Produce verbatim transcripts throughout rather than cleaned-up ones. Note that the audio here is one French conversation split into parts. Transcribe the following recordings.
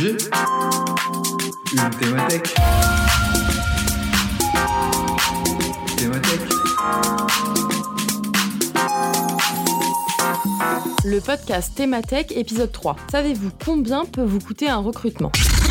sujet, une thématique. Thématique. Le podcast Thématech, épisode trois. Savez-vous combien peut vous coûter un recrutement ?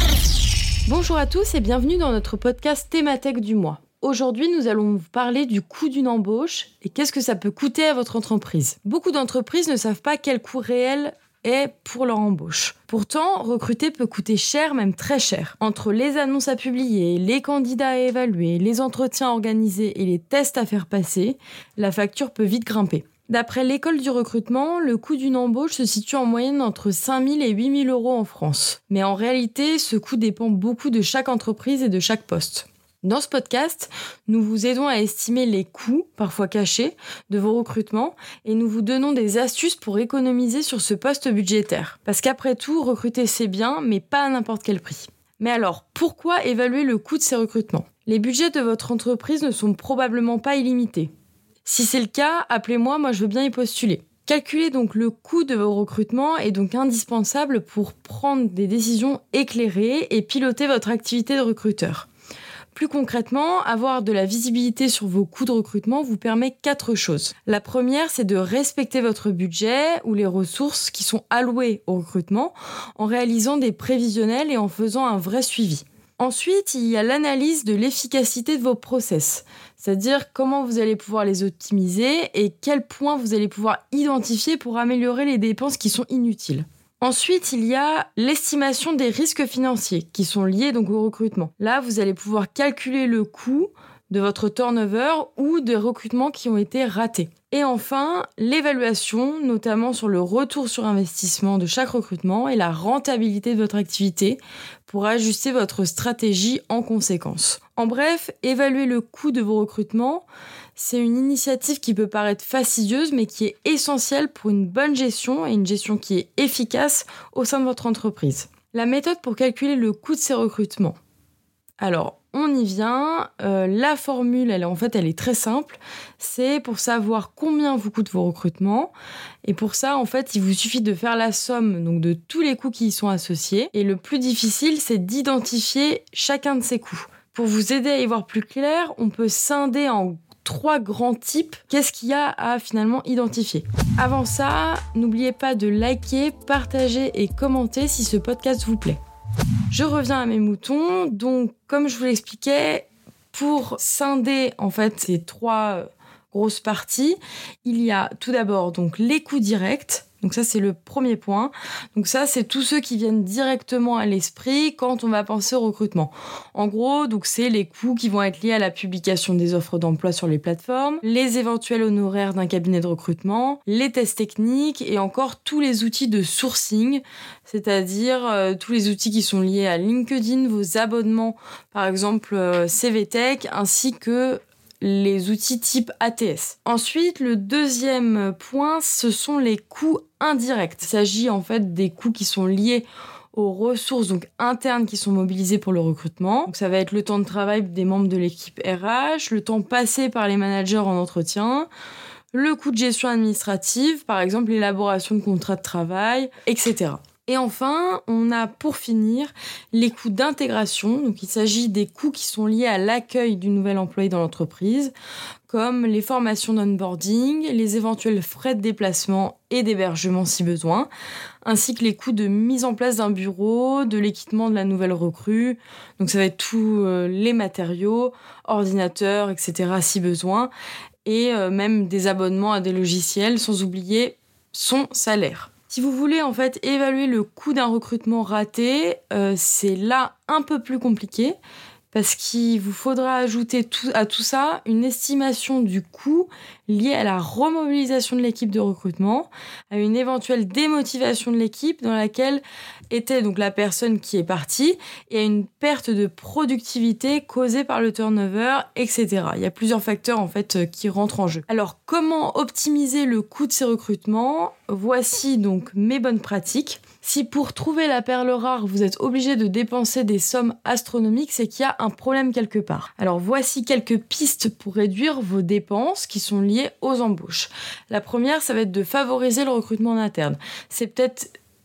Bonjour à tous et bienvenue dans notre podcast Thématech du mois. Aujourd'hui, nous allons vous parler du coût d'une embauche et qu'est-ce que ça peut coûter à votre entreprise. Beaucoup d'entreprises ne savent pas quel coût réel est pour leur embauche. Pourtant, recruter peut coûter cher, même très cher. Entre les annonces à publier, les candidats à évaluer, les entretiens organisés et les tests à faire passer, la facture peut vite grimper. D'après l'école du recrutement, le coût d'une embauche se situe en moyenne entre cinq mille et huit mille euros en France. Mais en réalité, ce coût dépend beaucoup de chaque entreprise et de chaque poste. Dans ce podcast, nous vous aidons à estimer les coûts, parfois cachés, de vos recrutements et nous vous donnons des astuces pour économiser sur ce poste budgétaire. Parce qu'après tout, recruter c'est bien, mais pas à n'importe quel prix. Mais alors, pourquoi évaluer le coût de ces recrutements ? Les budgets de votre entreprise ne sont probablement pas illimités. Si c'est le cas, appelez-moi, moi je veux bien y postuler. Calculer donc le coût de vos recrutements est donc indispensable pour prendre des décisions éclairées et piloter votre activité de recruteur. Plus concrètement, avoir de la visibilité sur vos coûts de recrutement vous permet quatre choses. La première, c'est de respecter votre budget ou les ressources qui sont allouées au recrutement en réalisant des prévisionnels et en faisant un vrai suivi. Ensuite, il y a l'analyse de l'efficacité de vos process, c'est-à-dire comment vous allez pouvoir les optimiser et quels points vous allez pouvoir identifier pour améliorer les dépenses qui sont inutiles. Ensuite, il y a l'estimation des risques financiers qui sont liés donc au recrutement. Là, vous allez pouvoir calculer le coût de votre turnover ou des recrutements qui ont été ratés. Et enfin, l'évaluation, notamment sur le retour sur investissement de chaque recrutement et la rentabilité de votre activité pour ajuster votre stratégie en conséquence. En bref, évaluer le coût de vos recrutements, c'est une initiative qui peut paraître fastidieuse, mais qui est essentielle pour une bonne gestion et une gestion qui est efficace au sein de votre entreprise. La méthode pour calculer le coût de ces recrutements. Alors, on y vient. Euh, la formule, elle, en fait, elle est très simple. C'est pour savoir combien vous coûtent vos recrutements. Et pour ça, en fait, il vous suffit de faire la somme donc, de tous les coûts qui y sont associés. Et le plus difficile, c'est d'identifier chacun de ces coûts. Pour vous aider à y voir plus clair, on peut scinder en trois grands types. Qu'est-ce qu'il y a à finalement identifier ? Avant ça, n'oubliez pas de liker, partager et commenter si ce podcast vous plaît. Je reviens à mes moutons. Donc, comme je vous l'expliquais, pour scinder en fait ces trois grosses parties, il y a tout d'abord donc les coûts directs. Donc ça, c'est le premier point. Donc ça, c'est tous ceux qui viennent directement à l'esprit quand on va penser au recrutement. En gros, donc c'est les coûts qui vont être liés à la publication des offres d'emploi sur les plateformes, les éventuels honoraires d'un cabinet de recrutement, les tests techniques et encore tous les outils de sourcing, c'est-à-dire euh, tous les outils qui sont liés à LinkedIn, vos abonnements, par exemple euh, C V Tech, ainsi que les outils type A T S. Ensuite, le deuxième point, ce sont les coûts indirects. Il s'agit en fait des coûts qui sont liés aux ressources donc internes qui sont mobilisées pour le recrutement. Donc ça va être le temps de travail des membres de l'équipe R H, le temps passé par les managers en entretien, le coût de gestion administrative, par exemple l'élaboration de contrats de travail, et cetera. Et enfin, on a pour finir les coûts d'intégration. Donc, il s'agit des coûts qui sont liés à l'accueil du nouvel employé dans l'entreprise, comme les formations d'onboarding, les éventuels frais de déplacement et d'hébergement si besoin, ainsi que les coûts de mise en place d'un bureau, de l'équipement de la nouvelle recrue. Donc, ça va être tous euh, les matériaux, ordinateurs, et cetera si besoin, et euh, même des abonnements à des logiciels, sans oublier son salaire. Si vous voulez en fait évaluer le coût d'un recrutement raté, euh, c'est là un peu plus compliqué parce qu'il vous faudra ajouter tout, à tout ça une estimation du coût lié à la remobilisation de l'équipe de recrutement, à une éventuelle démotivation de l'équipe dans laquelle était donc la personne qui est partie et à une perte de productivité causée par le turnover, et cetera. Il y a plusieurs facteurs en fait qui rentrent en jeu. Alors, comment optimiser le coût de ces recrutements ? Voici donc mes bonnes pratiques. Si pour trouver la perle rare, vous êtes obligé de dépenser des sommes astronomiques, c'est qu'il y a un problème quelque part. Alors voici quelques pistes pour réduire vos dépenses qui sont liées aux embauches. La première, ça va être de favoriser le recrutement en interne. C'est peut-être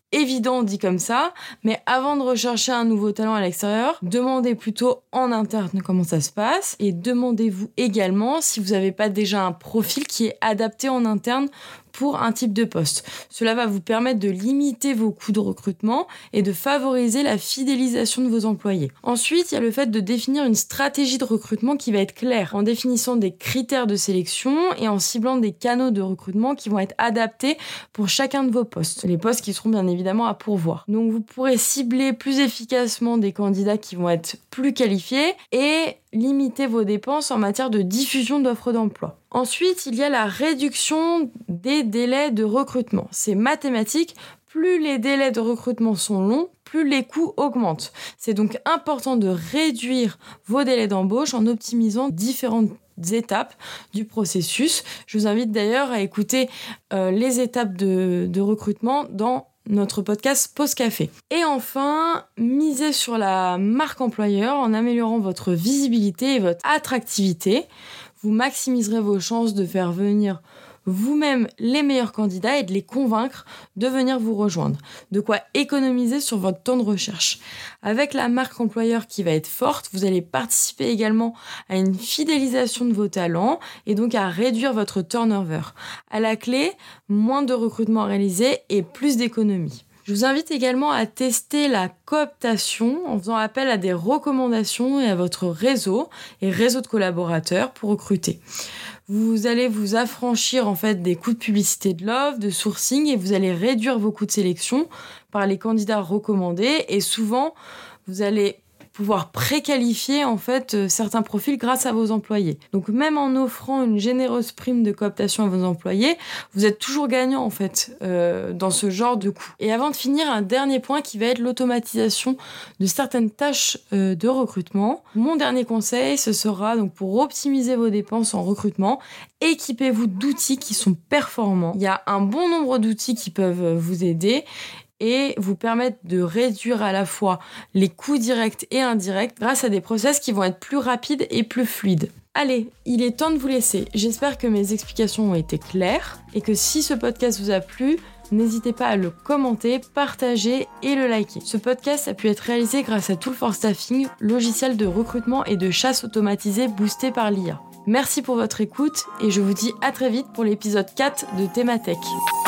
évident dit comme ça, mais avant de rechercher un nouveau talent à l'extérieur, demandez plutôt en interne comment ça se passe et demandez-vous également si vous n'avez pas déjà un profil qui est adapté en interne pour un type de poste. Cela va vous permettre de limiter vos coûts de recrutement et de favoriser la fidélisation de vos employés. Ensuite, il y a le fait de définir une stratégie de recrutement qui va être claire, en définissant des critères de sélection et en ciblant des canaux de recrutement qui vont être adaptés pour chacun de vos postes. Les postes qui seront bien évidemment à pourvoir. Donc vous pourrez cibler plus efficacement des candidats qui vont être plus qualifiés et limiter vos dépenses en matière de diffusion d'offres d'emploi. Ensuite, il y a la réduction des délais de recrutement. C'est mathématique, plus les délais de recrutement sont longs, plus les coûts augmentent. C'est donc important de réduire vos délais d'embauche en optimisant différentes étapes du processus. Je vous invite d'ailleurs à écouter euh, les étapes de, de recrutement dans notre podcast Pause Café. Et enfin, misez sur la marque employeur en améliorant votre visibilité et votre attractivité. Vous maximiserez vos chances de faire venir vous-même les meilleurs candidats et de les convaincre de venir vous rejoindre. De quoi économiser sur votre temps de recherche. Avec la marque employeur qui va être forte, vous allez participer également à une fidélisation de vos talents et donc à réduire votre turnover. À la clé, moins de recrutement réalisé et plus d'économies. Je vous invite également à tester la cooptation en faisant appel à des recommandations et à votre réseau et réseau de collaborateurs pour recruter. Vous allez vous affranchir en fait des coûts de publicité de l'offre, de sourcing et vous allez réduire vos coûts de sélection par les candidats recommandés et souvent vous allez pouvoir préqualifier en fait euh, certains profils grâce à vos employés. Donc même en offrant une généreuse prime de cooptation à vos employés, vous êtes toujours gagnant en fait euh, dans ce genre de coûts. Et avant de finir, un dernier point qui va être l'automatisation de certaines tâches euh, de recrutement. Mon dernier conseil, ce sera donc pour optimiser vos dépenses en recrutement, équipez-vous d'outils qui sont performants. Il y a un bon nombre d'outils qui peuvent vous aider et vous permettre de réduire à la fois les coûts directs et indirects grâce à des process qui vont être plus rapides et plus fluides. Allez, il est temps de vous laisser. J'espère que mes explications ont été claires et que si ce podcast vous a plu, n'hésitez pas à le commenter, partager et le liker. Ce podcast a pu être réalisé grâce à Tool for Staffing, logiciel de recrutement et de chasse automatisé boosté par l'I A. Merci pour votre écoute et je vous dis à très vite pour l'épisode quatre de Thématech.